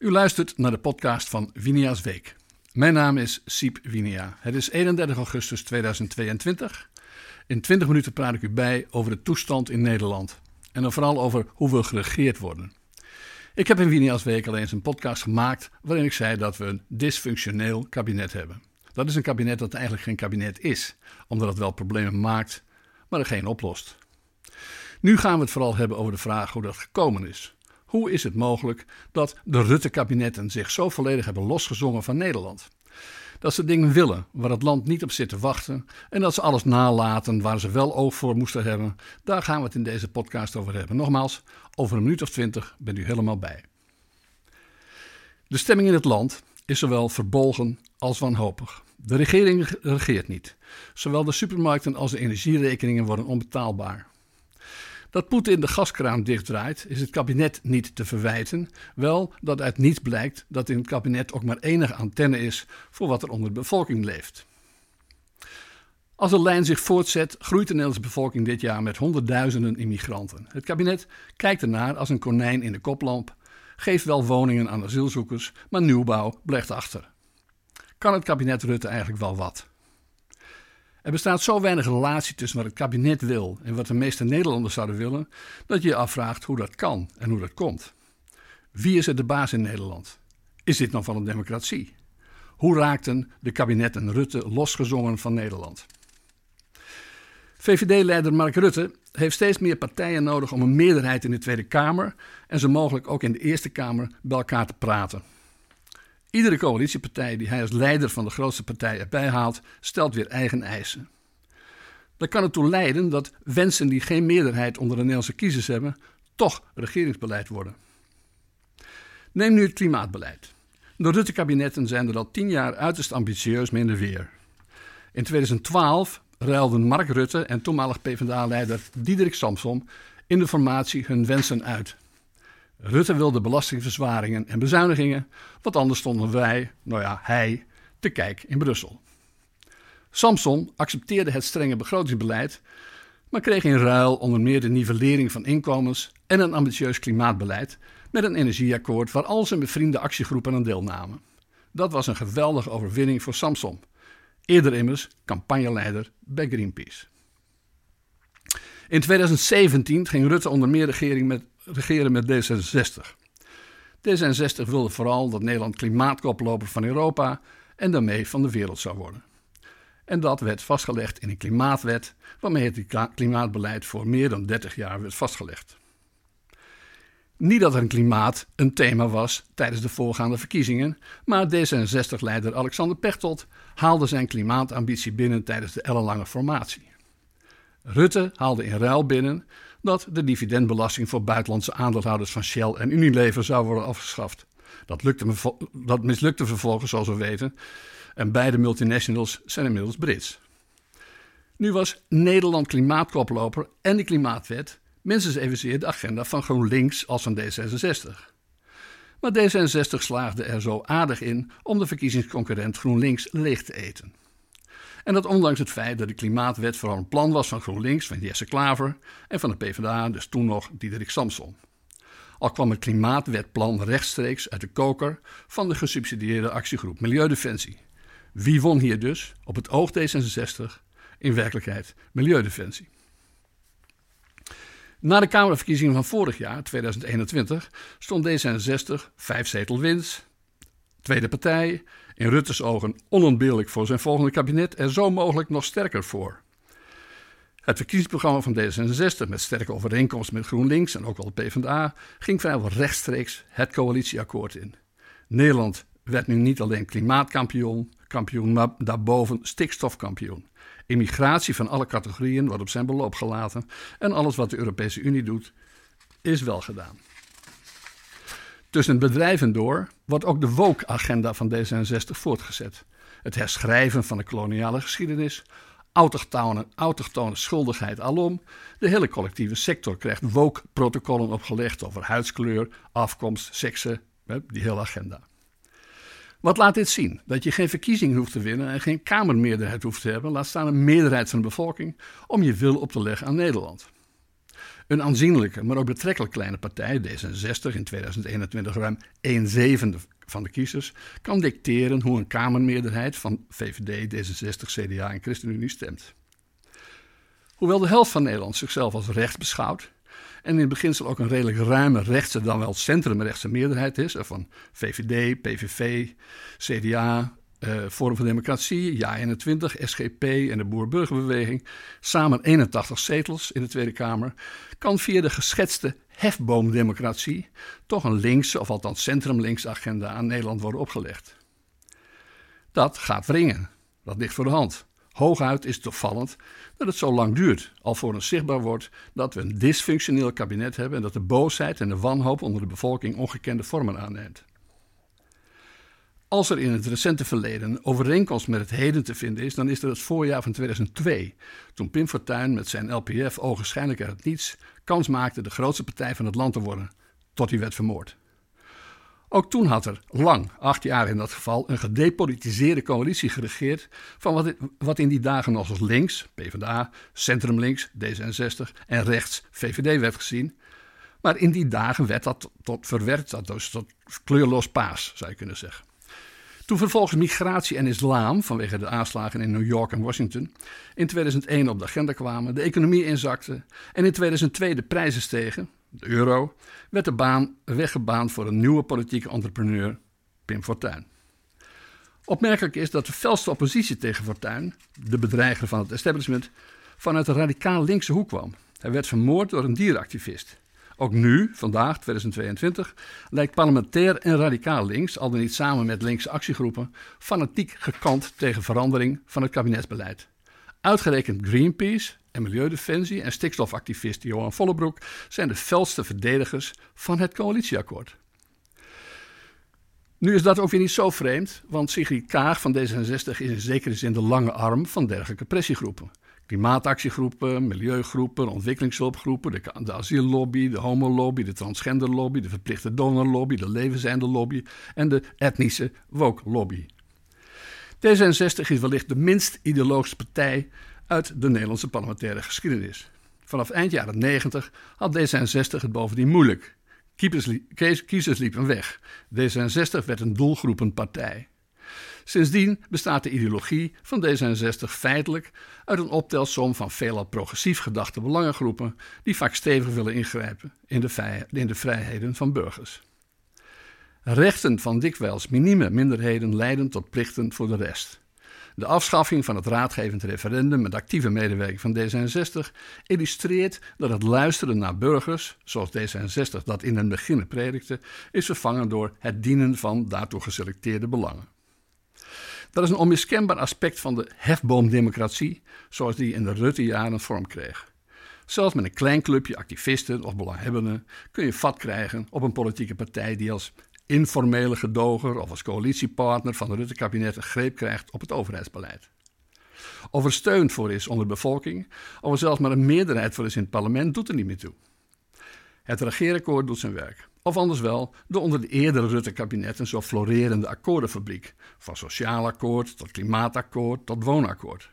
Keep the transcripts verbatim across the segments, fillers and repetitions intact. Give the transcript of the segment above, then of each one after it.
U luistert naar de podcast van Winia's Week. Mijn naam is Siep Winia. Het is eenendertig augustus tweeduizend tweeëntwintig. In twintig minuten praat ik u bij over de toestand in Nederland. En dan vooral over hoe we geregeerd worden. Ik heb in Winia's Week al eens een podcast gemaakt waarin ik zei dat we een dysfunctioneel kabinet hebben. Dat is een kabinet dat eigenlijk geen kabinet is, omdat het wel problemen maakt, maar er geen oplost. Nu gaan we het vooral hebben over de vraag hoe dat gekomen is. Hoe is het mogelijk dat de Rutte-kabinetten zich zo volledig hebben losgezongen van Nederland? Dat ze dingen willen waar het land niet op zit te wachten en dat ze alles nalaten waar ze wel oog voor moesten hebben, daar gaan we het in deze podcast over hebben. Nogmaals, over een minuut of twintig bent u helemaal bij. De stemming in het land is zowel verbolgen als wanhopig. De regering regeert niet. Zowel de supermarkten als de energierekeningen worden onbetaalbaar. Dat Poetin de gaskraan dichtdraait, is het kabinet niet te verwijten. Wel dat uit niets blijkt dat in het kabinet ook maar enige antenne is voor wat er onder de bevolking leeft. Als de lijn zich voortzet, groeit de Nederlandse bevolking dit jaar met honderdduizenden immigranten. Het kabinet kijkt ernaar als een konijn in de koplamp, geeft wel woningen aan asielzoekers, maar nieuwbouw blijft achter. Kan het kabinet Rutte eigenlijk wel wat? Er bestaat zo weinig relatie tussen wat het kabinet wil en wat de meeste Nederlanders zouden willen, dat je je afvraagt hoe dat kan en hoe dat komt. Wie is er de baas in Nederland? Is dit nog van een democratie? Hoe raakten de kabinetten Rutte losgezongen van Nederland? V V D-leider Mark Rutte heeft steeds meer partijen nodig om een meerderheid in de Tweede Kamer en zo mogelijk ook in de Eerste Kamer bij elkaar te praten. Iedere coalitiepartij die hij als leider van de grootste partij erbij haalt, stelt weer eigen eisen. Dat kan ertoe leiden dat wensen die geen meerderheid onder de Nederlandse kiezers hebben, toch regeringsbeleid worden. Neem nu het klimaatbeleid. De Rutte-kabinetten zijn er al tien jaar uiterst ambitieus mee in de weer. In tweeduizend twaalf ruilden Mark Rutte en toenmalig PvdA-leider Diederik Samsom in de formatie hun wensen uit. Rutte wilde belastingverzwaringen en bezuinigingen, want anders stonden wij, nou ja, hij, te kijk in Brussel. Samson accepteerde het strenge begrotingsbeleid, maar kreeg in ruil onder meer de nivellering van inkomens en een ambitieus klimaatbeleid met een energieakkoord waar al zijn bevriende actiegroepen aan deelnamen. Dat was een geweldige overwinning voor Samson, eerder immers campagneleider bij Greenpeace. In tweeduizend zeventien ging Rutte onder meer regering met regeren met D zesenzestig. D zesenzestig wilde vooral dat Nederland klimaatkoploper van Europa en daarmee van de wereld zou worden. En dat werd vastgelegd in een klimaatwet, waarmee het klimaatbeleid voor meer dan dertig jaar werd vastgelegd. Niet dat een klimaat een thema was tijdens de voorgaande verkiezingen, maar D zesenzestig-leider Alexander Pechtold haalde zijn klimaatambitie binnen tijdens de ellenlange formatie. Rutte haalde in ruil binnen dat de dividendbelasting voor buitenlandse aandeelhouders van Shell en Unilever zou worden afgeschaft. Dat, lukte, dat mislukte vervolgens, zoals we weten, en beide multinationals zijn inmiddels Brits. Nu was Nederland klimaatkoploper en de klimaatwet minstens evenzeer de agenda van GroenLinks als van D zesenzestig. Maar D zesenzestig slaagde er zo aardig in om de verkiezingsconcurrent GroenLinks leeg te eten. En dat ondanks het feit dat de klimaatwet vooral een plan was van GroenLinks, van Jesse Klaver en van de PvdA, dus toen nog Diederik Samsom. Al kwam het klimaatwetplan rechtstreeks uit de koker van de gesubsidieerde actiegroep Milieudefensie. Wie won hier dus? Op het oog D zesenzestig, in werkelijkheid Milieudefensie. Na de Kamerverkiezingen van vorig jaar, tweeduizend eenentwintig, stond D zesenzestig vijf zetel winst, tweede partij, in Rutte's ogen onontbeerlijk voor zijn volgende kabinet en zo mogelijk nog sterker voor. Het verkiezingsprogramma van D zesenzestig met sterke overeenkomst met GroenLinks en ook al de PvdA ging vrijwel rechtstreeks het coalitieakkoord in. Nederland werd nu niet alleen klimaatkampioen, kampioen, maar daarboven stikstofkampioen. Immigratie van alle categorieën wordt op zijn beloop gelaten en alles wat de Europese Unie doet is wel gedaan. Tussen het bedrijven door wordt ook de woke-agenda van D zesenzestig voortgezet. Het herschrijven van de koloniale geschiedenis, autochtone, autochtone schuldigheid alom. De hele collectieve sector krijgt woke-protocollen opgelegd over huidskleur, afkomst, seksen, die hele agenda. Wat laat dit zien? Dat je geen verkiezing hoeft te winnen en geen kamermeerderheid hoeft te hebben, laat staan een meerderheid van de bevolking, om je wil op te leggen aan Nederland. Een aanzienlijke, maar ook betrekkelijk kleine partij, D zesenzestig, in tweeduizend eenentwintig ruim een zevende van de kiezers, kan dicteren hoe een kamermeerderheid van V V D, D zesenzestig, C D A en ChristenUnie stemt. Hoewel de helft van Nederland zichzelf als rechts beschouwt en in het beginsel ook een redelijk ruime rechtse dan wel centrumrechtse meerderheid is, van V V D, P V V, C D A, uh, Forum voor Democratie, Ja eenentwintig, S G P en de Boer-Burgerbeweging, samen eenentachtig zetels in de Tweede Kamer, kan via de geschetste hefboomdemocratie toch een linkse of althans centrumlinkse agenda aan Nederland worden opgelegd. Dat gaat wringen, dat ligt voor de hand. Hooguit is het opvallend dat het zo lang duurt, alvorens zichtbaar wordt dat we een dysfunctioneel kabinet hebben en dat de boosheid en de wanhoop onder de bevolking ongekende vormen aanneemt. Als er in het recente verleden een overeenkomst met het heden te vinden is, dan is dat het voorjaar van tweeduizend twee, toen Pim Fortuyn met zijn L P F ogenschijnlijk uit het niets kans maakte de grootste partij van het land te worden, tot hij werd vermoord. Ook toen had er lang, acht jaar in dat geval, een gedepolitiseerde coalitie geregeerd van wat, wat in die dagen nog als links, PvdA, centrumlinks, D zesenzestig en rechts, V V D werd gezien. Maar in die dagen werd dat tot, verwerkt dat dus tot kleurloos paars, zou je kunnen zeggen. Toen vervolgens migratie en islam vanwege de aanslagen in New York en Washington in tweeduizend één op de agenda kwamen, de economie inzakte en in tweeduizend twee de prijzen stegen, de euro, werd de baan weggebaand voor een nieuwe politieke entrepreneur, Pim Fortuyn. Opmerkelijk is dat de felste oppositie tegen Fortuyn, de bedreiger van het establishment, vanuit de radicaal linkse hoek kwam. Hij werd vermoord door een dierenactivist. Ook nu, vandaag, tweeduizend tweeëntwintig, lijkt parlementair en radicaal links, al dan niet samen met linkse actiegroepen, fanatiek gekant tegen verandering van het kabinetsbeleid. Uitgerekend Greenpeace en Milieudefensie en stikstofactivist Johan Vollebroek zijn de felste verdedigers van het coalitieakkoord. Nu is dat ook weer niet zo vreemd, want Sigrid Kaag van D zesenzestig is in zekere zin de lange arm van dergelijke pressiegroepen. Klimaatactiegroepen, milieugroepen, ontwikkelingshulpgroepen, de, de asiellobby, de homolobby, de transgenderlobby, de verplichte donorlobby, de levenseindelobby en de etnische woke-lobby. D zesenzestig is wellicht de minst ideologische partij uit de Nederlandse parlementaire geschiedenis. Vanaf eind jaren negentig had D zesenzestig het bovendien moeilijk. Kiezers, kiezers liepen weg. D zesenzestig werd een doelgroepenpartij. Sindsdien bestaat de ideologie van D zesenzestig feitelijk uit een optelsom van veelal progressief gedachte belangengroepen die vaak stevig willen ingrijpen in de, vij- in de vrijheden van burgers. Rechten van dikwijls minieme minderheden leiden tot plichten voor de rest. De afschaffing van het raadgevend referendum met actieve medewerking van D zesenzestig illustreert dat het luisteren naar burgers, zoals D zesenzestig dat in het begin predikte, is vervangen door het dienen van daartoe geselecteerde belangen. Dat is een onmiskenbaar aspect van de hefboomdemocratie, zoals die in de Rutte-jaren vorm kreeg. Zelfs met een klein clubje activisten of belanghebbenden kun je vat krijgen op een politieke partij die als informele gedoger of als coalitiepartner van het Rutte-kabinet een greep krijgt op het overheidsbeleid. Of er steun voor is onder de bevolking, of er zelfs maar een meerderheid voor is in het parlement, doet er niet meer toe. Het regeerakkoord doet zijn werk. Of anders wel, de onder de eerdere Rutte-kabinetten zo florerende akkoordenfabriek, van sociaal akkoord tot klimaatakkoord tot woonakkoord.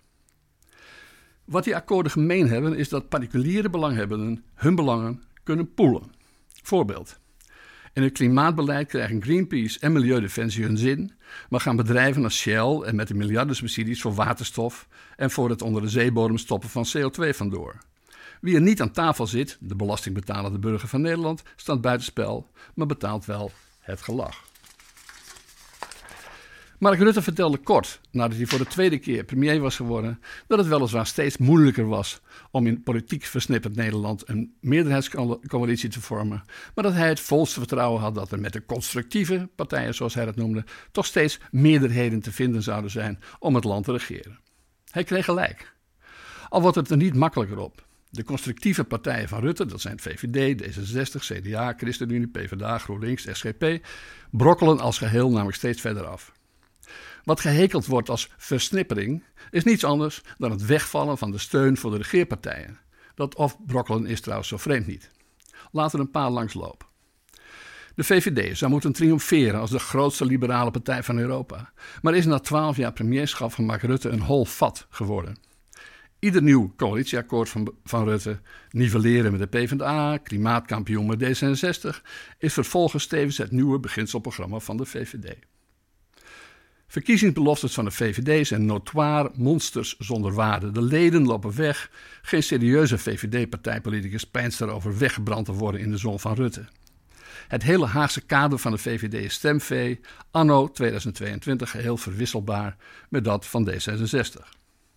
Wat die akkoorden gemeen hebben is dat particuliere belanghebbenden hun belangen kunnen poelen. Voorbeeld. In het klimaatbeleid krijgen Greenpeace en Milieudefensie hun zin, maar gaan bedrijven als Shell en met de miljardensubsidies voor waterstof en voor het onder de zeebodem stoppen van C O twee vandoor. Wie er niet aan tafel zit, de belastingbetalende burger van Nederland, staat buitenspel, maar betaalt wel het gelag. Mark Rutte vertelde kort, nadat hij voor de tweede keer premier was geworden, dat het weliswaar steeds moeilijker was om in politiek versnipperd Nederland een meerderheidscoalitie te vormen, maar dat hij het volste vertrouwen had dat er met de constructieve partijen, zoals hij dat noemde, toch steeds meerderheden te vinden zouden zijn om het land te regeren. Hij kreeg gelijk. Al wordt het er niet makkelijker op. De constructieve partijen van Rutte, dat zijn V V D, D zesenzestig, C D A, ChristenUnie, PvdA, GroenLinks, S G P, brokkelen als geheel namelijk steeds verder af. Wat gehekeld wordt als versnippering is niets anders dan het wegvallen van de steun voor de regeerpartijen. Dat afbrokkelen is trouwens zo vreemd niet. Laten we een paar langslopen. De V V D zou moeten triomferen als de grootste liberale partij van Europa, maar is na twaalf jaar premierschap van Mark Rutte een hol vat geworden. Ieder nieuw coalitieakkoord van, van Rutte, nivelleren met de PvdA, klimaatkampioen met D zesenzestig, is vervolgens tevens het nieuwe beginselprogramma van de V V D. Verkiezingsbeloftes van de V V D zijn notoire monsters zonder waarde. De leden lopen weg. Geen serieuze V V D-partijpoliticus peinst erover weggebrand te worden in de zon van Rutte. Het hele Haagse kader van de V V D is stemvee, anno tweeduizend tweeëntwintig geheel verwisselbaar met dat van D zesenzestig.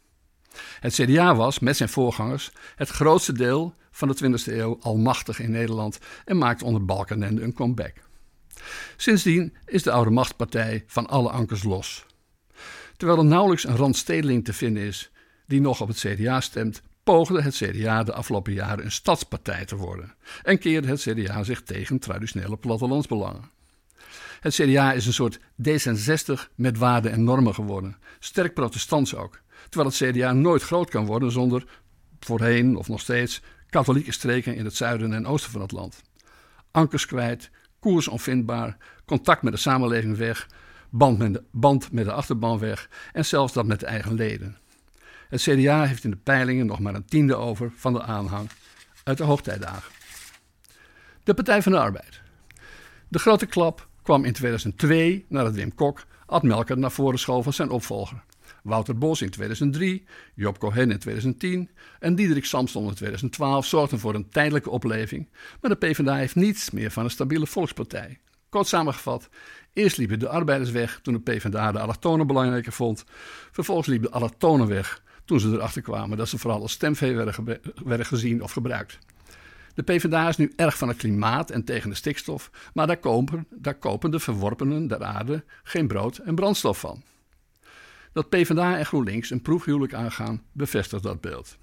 Het C D A was, met zijn voorgangers, het grootste deel van de twintigste eeuw almachtig in Nederland en maakte onder Balkenende een comeback. Sindsdien is de oude machtspartij van alle ankers los. Terwijl er nauwelijks een randstedeling te vinden is die nog op het C D A stemt, poogde het C D A de afgelopen jaren een stadspartij te worden en keerde het C D A zich tegen traditionele plattelandsbelangen. Het C D A is een soort D zesenzestig met waarden en normen geworden, sterk protestants ook, terwijl het C D A nooit groot kan worden zonder, voorheen of nog steeds, katholieke streken in het zuiden en oosten van het land. Ankers kwijt, koers onvindbaar, contact met de samenleving weg, band met de, band met de achterban weg en zelfs dat met de eigen leden. Het C D A heeft in de peilingen nog maar een tiende over van de aanhang uit de hoogtijdagen. De Partij van de Arbeid. De grote klap kwam in tweeduizend twee nadat Wim Kok Ad Melkert naar voren schoof als zijn opvolger. Wouter Bos in tweeduizend drie, Job Cohen in tweeduizend tien en Diederik Samson in tweeduizend twaalf zorgden voor een tijdelijke opleving, maar de PvdA heeft niets meer van een stabiele volkspartij. Kort samengevat, eerst liepen de arbeiders weg toen de PvdA de allochtonen belangrijker vond, vervolgens liepen de allochtonen weg toen ze erachter kwamen dat ze vooral als stemvee werden, ge- werden gezien of gebruikt. De PvdA is nu erg van het klimaat en tegen de stikstof, maar daar kopen, daar kopen de verworpenen der aarde geen brood en brandstof van. Dat PvdA en GroenLinks een proefhuwelijk aangaan, bevestigt dat beeld.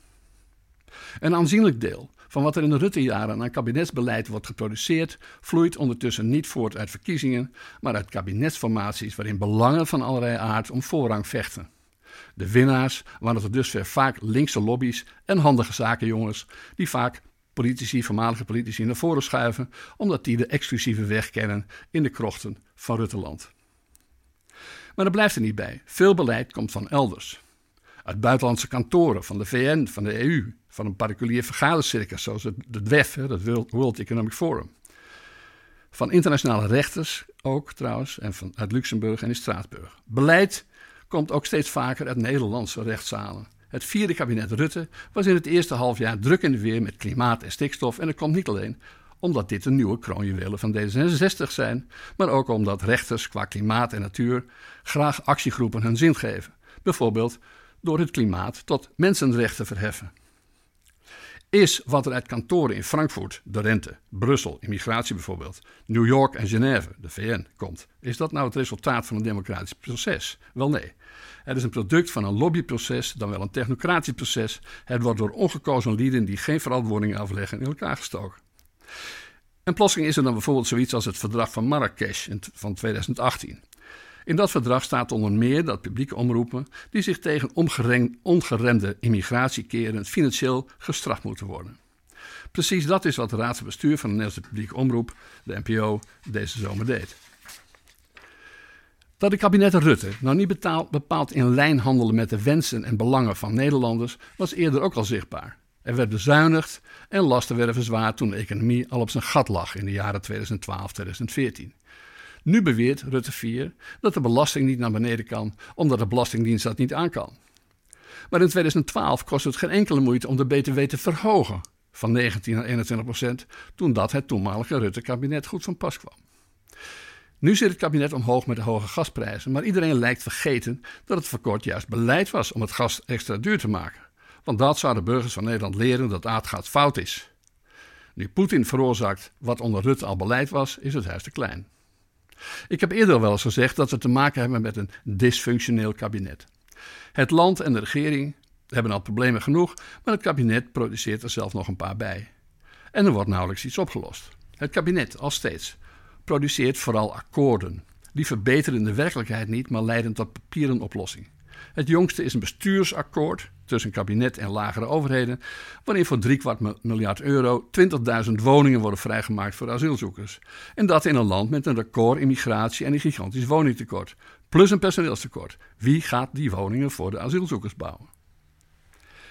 Een aanzienlijk deel van wat er in de Rutte-jaren aan kabinetsbeleid wordt geproduceerd, vloeit ondertussen niet voort uit verkiezingen, maar uit kabinetsformaties waarin belangen van allerlei aard om voorrang vechten. De winnaars waren tot dusver vaak linkse lobby's en handige zakenjongens, die vaak politici, voormalige politici naar voren schuiven, omdat die de exclusieve weg kennen in de krochten van Rutteland. Maar dat blijft er niet bij. Veel beleid komt van elders. Uit buitenlandse kantoren, van de V N, van de E U, van een particulier vergadercircus zoals het W E F, het World Economic Forum. Van internationale rechters ook trouwens, en van, uit Luxemburg en in Straatsburg. Beleid komt ook steeds vaker uit Nederlandse rechtszalen. Het vierde kabinet Rutte was in het eerste halfjaar druk in de weer met klimaat en stikstof en dat komt niet alleen omdat dit de nieuwe kroonjuwelen van D zesenzestig zijn, maar ook omdat rechters qua klimaat en natuur graag actiegroepen hun zin geven. Bijvoorbeeld door het klimaat tot mensenrechten verheffen. Is wat er uit kantoren in Frankfurt, de rente, Brussel, immigratie bijvoorbeeld, New York en Genève, de V N, komt, is dat nou het resultaat van een democratisch proces? Wel nee. Het is een product van een lobbyproces, dan wel een technocratisch proces. Het wordt door ongekozen lieden die geen verantwoording afleggen in elkaar gestoken. En plotseling is er dan bijvoorbeeld zoiets als het verdrag van Marrakesh van tweeduizend achttien. In dat verdrag staat onder meer dat publieke omroepen die zich tegen ongeremde immigratie keren financieel gestraft moeten worden. Precies dat is wat de Raad van Bestuur van de Nederlandse Publieke Omroep, de N P O, deze zomer deed. Dat de kabinetten Rutte nou niet betaald, bepaald in lijn handelen met de wensen en belangen van Nederlanders was eerder ook al zichtbaar. Er werd bezuinigd en lasten werden verzwaard toen de economie al op zijn gat lag in de jaren tweeduizend twaalf tot tweeduizend veertien. Nu beweert Rutte vier dat de belasting niet naar beneden kan, omdat de Belastingdienst dat niet aan kan. Maar in tweeduizend twaalf kostte het geen enkele moeite om de B T W te verhogen van negentien naar eenentwintig procent, toen dat het toenmalige Rutte-kabinet goed van pas kwam. Nu zit het kabinet omhoog met de hoge gasprijzen, maar iedereen lijkt vergeten dat het verkort juist beleid was om het gas extra duur te maken. Want dat zouden burgers van Nederland leren dat aardgas fout is. Nu Poetin veroorzaakt wat onder Rutte al beleid was, is het huis te klein. Ik heb eerder wel eens gezegd dat we te maken hebben met een dysfunctioneel kabinet. Het land en de regering hebben al problemen genoeg, maar het kabinet produceert er zelf nog een paar bij. En er wordt nauwelijks iets opgelost. Het kabinet, als steeds, produceert vooral akkoorden. Die verbeteren de werkelijkheid niet, maar leiden tot papieren oplossing. Het jongste is een bestuursakkoord tussen kabinet en lagere overheden, waarin voor driekwart miljard euro twintigduizend woningen worden vrijgemaakt voor asielzoekers. En dat in een land met een record immigratie en een gigantisch woningtekort. Plus een personeelstekort. Wie gaat die woningen voor de asielzoekers bouwen?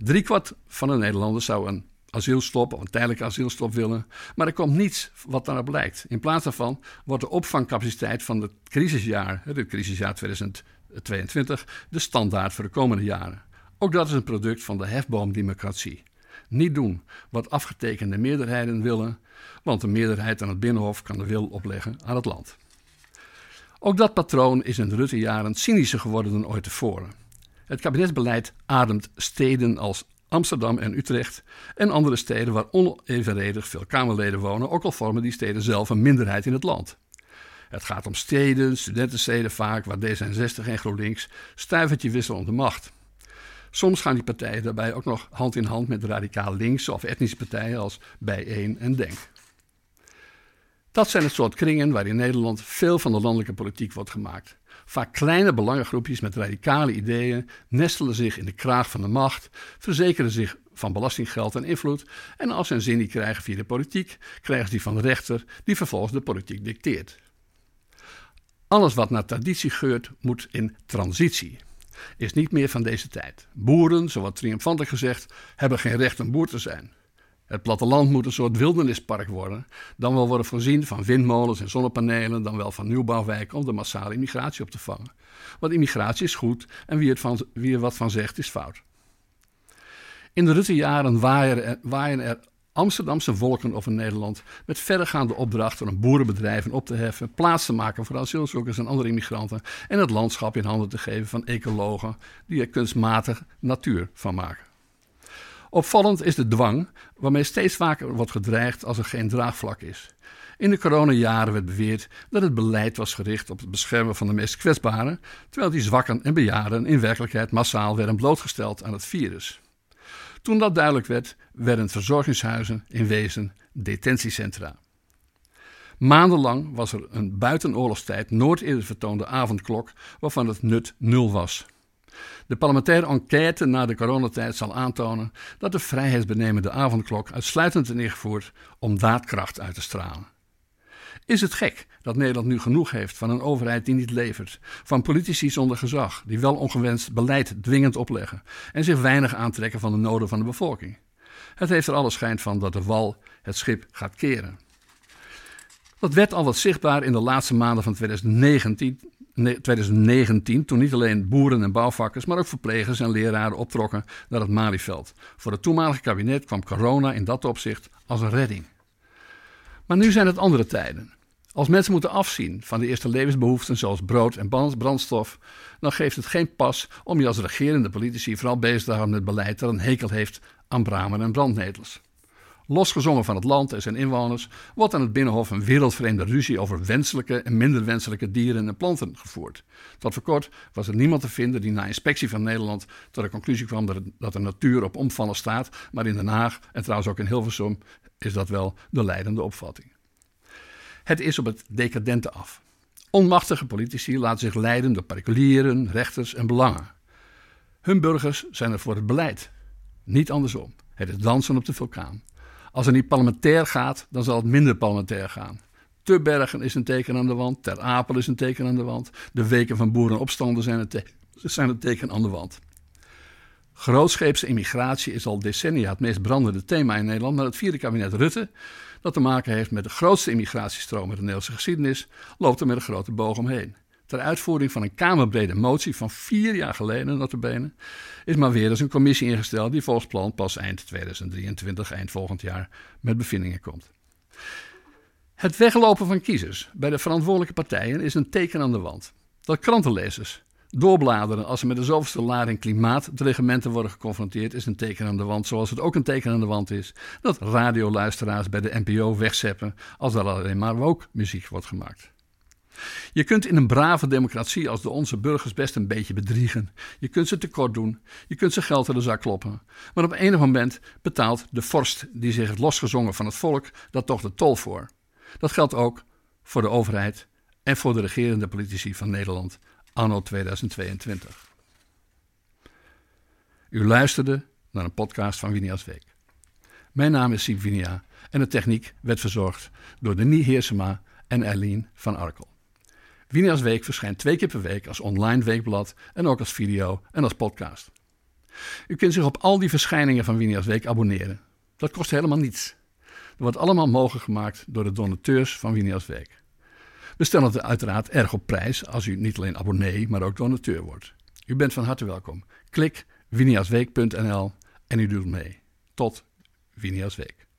Driekwart van de Nederlanders zou een asielstop of een tijdelijke asielstop willen, maar er komt niets wat daarop lijkt. In plaats daarvan wordt de opvangcapaciteit van het crisisjaar, het crisisjaar tweeduizend tweeëntwintig, de standaard voor de komende jaren. Ook dat is een product van de hefboomdemocratie. Niet doen wat afgetekende meerderheden willen, want de meerderheid aan het Binnenhof kan de wil opleggen aan het land. Ook dat patroon is in de Rutte-jaren cynischer geworden dan ooit tevoren. Het kabinetsbeleid ademt steden als Amsterdam en Utrecht en andere steden waar onevenredig veel Kamerleden wonen, ook al vormen die steden zelf een minderheid in het land. Het gaat om steden, studentensteden vaak, waar D zesenzestig en GroenLinks stuivertje wisselen om de macht. Soms gaan die partijen daarbij ook nog hand in hand met radicaal linkse of etnische partijen als Bijeen en Denk. Dat zijn het soort kringen waar in Nederland veel van de landelijke politiek wordt gemaakt. Vaak kleine belangengroepjes met radicale ideeën nestelen zich in de kraag van de macht, verzekeren zich van belastinggeld en invloed en als ze een zin niet krijgen via de politiek, krijgen ze die van de rechter die vervolgens de politiek dicteert. Alles wat naar traditie geurt moet in transitie. Is niet meer van deze tijd. Boeren, zo wordt triomfantelijk gezegd, hebben geen recht om boer te zijn. Het platteland moet een soort wildernispark worden, dan wel worden voorzien van windmolens en zonnepanelen, dan wel van nieuwbouwwijken om de massale immigratie op te vangen. Want immigratie is goed en wie, het van, wie er wat van zegt is fout. In de Rutte-jaren waaien er, waaien er Amsterdamse wolken over Nederland met verregaande opdrachten om boerenbedrijven op te heffen, plaats te maken voor asielzoekers en andere immigranten en het landschap in handen te geven van ecologen die er kunstmatig natuur van maken. Opvallend is de dwang waarmee steeds vaker wordt gedreigd als er geen draagvlak is. In de coronajaren werd beweerd dat het beleid was gericht op het beschermen van de meest kwetsbaren, terwijl die zwakken en bejaarden in werkelijkheid massaal werden blootgesteld aan het virus. Toen dat duidelijk werd, werden verzorgingshuizen in wezen detentiecentra. Maandenlang was er een buitenoorlogstijd nooit eerder vertoonde avondklok waarvan het nut nul was. De parlementaire enquête na de coronatijd zal aantonen dat de vrijheidsbenemende avondklok uitsluitend is ingevoerd om daadkracht uit te stralen. Is het gek dat Nederland nu genoeg heeft van een overheid die niet levert, van politici zonder gezag die wel ongewenst beleid dwingend opleggen en zich weinig aantrekken van de noden van de bevolking? Het heeft er alle schijn van dat de wal het schip gaat keren. Dat werd al wat zichtbaar in de laatste maanden van twintig negentien, twintig negentien, toen niet alleen boeren en bouwvakkers, maar ook verplegers en leraren optrokken naar het Malieveld. Voor het toenmalige kabinet kwam corona in dat opzicht als een redding. Maar nu zijn het andere tijden. Als mensen moeten afzien van de eerste levensbehoeften zoals brood en brandstof, dan geeft het geen pas om je als regerende politici vooral bezig te houden met beleid dat een hekel heeft aan bramen en brandnetels. Losgezongen van het land en zijn inwoners wordt aan het Binnenhof een wereldvreemde ruzie over wenselijke en minder wenselijke dieren en planten gevoerd. Tot voor kort was er niemand te vinden die na inspectie van Nederland tot de conclusie kwam dat, het, dat de natuur op omvallen staat, maar in Den Haag en trouwens ook in Hilversum is dat wel de leidende opvatting. Het is op het decadente af. Onmachtige politici laten zich leiden door particulieren, rechters en belangen. Hun burgers zijn er voor het beleid, niet andersom. Het is dansen op de vulkaan. Als het niet parlementair gaat, dan zal het minder parlementair gaan. Te Bergen is een teken aan de wand, Ter Apel is een teken aan de wand, de weken van boerenopstanden zijn een, te- zijn een teken aan de wand. Grootscheepse immigratie is al decennia het meest brandende thema in Nederland, maar het vierde kabinet Rutte, dat te maken heeft met de grootste immigratiestroom in de Nederlandse geschiedenis, loopt er met een grote boog omheen. Ter uitvoering van een kamerbrede motie van vier jaar geleden, notabene, is maar weer eens een commissie ingesteld die volgens plan pas eind tweeduizend drieëntwintig, eind volgend jaar, met bevindingen komt. Het weglopen van kiezers bij de verantwoordelijke partijen is een teken aan de wand. Dat krantenlezers doorbladeren als ze met de zoveelste lading klimaatdreigementen worden geconfronteerd is een teken aan de wand, zoals het ook een teken aan de wand is dat radioluisteraars bij de N P O wegzeppen als er alleen maar woke muziek wordt gemaakt. Je kunt in een brave democratie als de onze burgers best een beetje bedriegen. Je kunt ze tekort doen, je kunt ze geld in de zak kloppen. Maar op enig moment betaalt de vorst die zich heeft losgezongen van het volk dat toch de tol voor. Dat geldt ook voor de overheid en voor de regerende politici van Nederland anno tweeduizend tweeëntwintig. U luisterde naar een podcast van Winia's Week. Mijn naam is Siep Winia en de techniek werd verzorgd door Denis Heersema en Eileen van Arkel. Winia's Week verschijnt twee keer per week als online weekblad en ook als video en als podcast. U kunt zich op al die verschijningen van Winia's Week abonneren. Dat kost helemaal niets. Dat wordt allemaal mogelijk gemaakt door de donateurs van Winia's Week. We stellen het uiteraard erg op prijs als u niet alleen abonnee, maar ook donateur wordt. U bent van harte welkom. Klik winiasweek punt n l en u doet mee. Tot Winia's Week.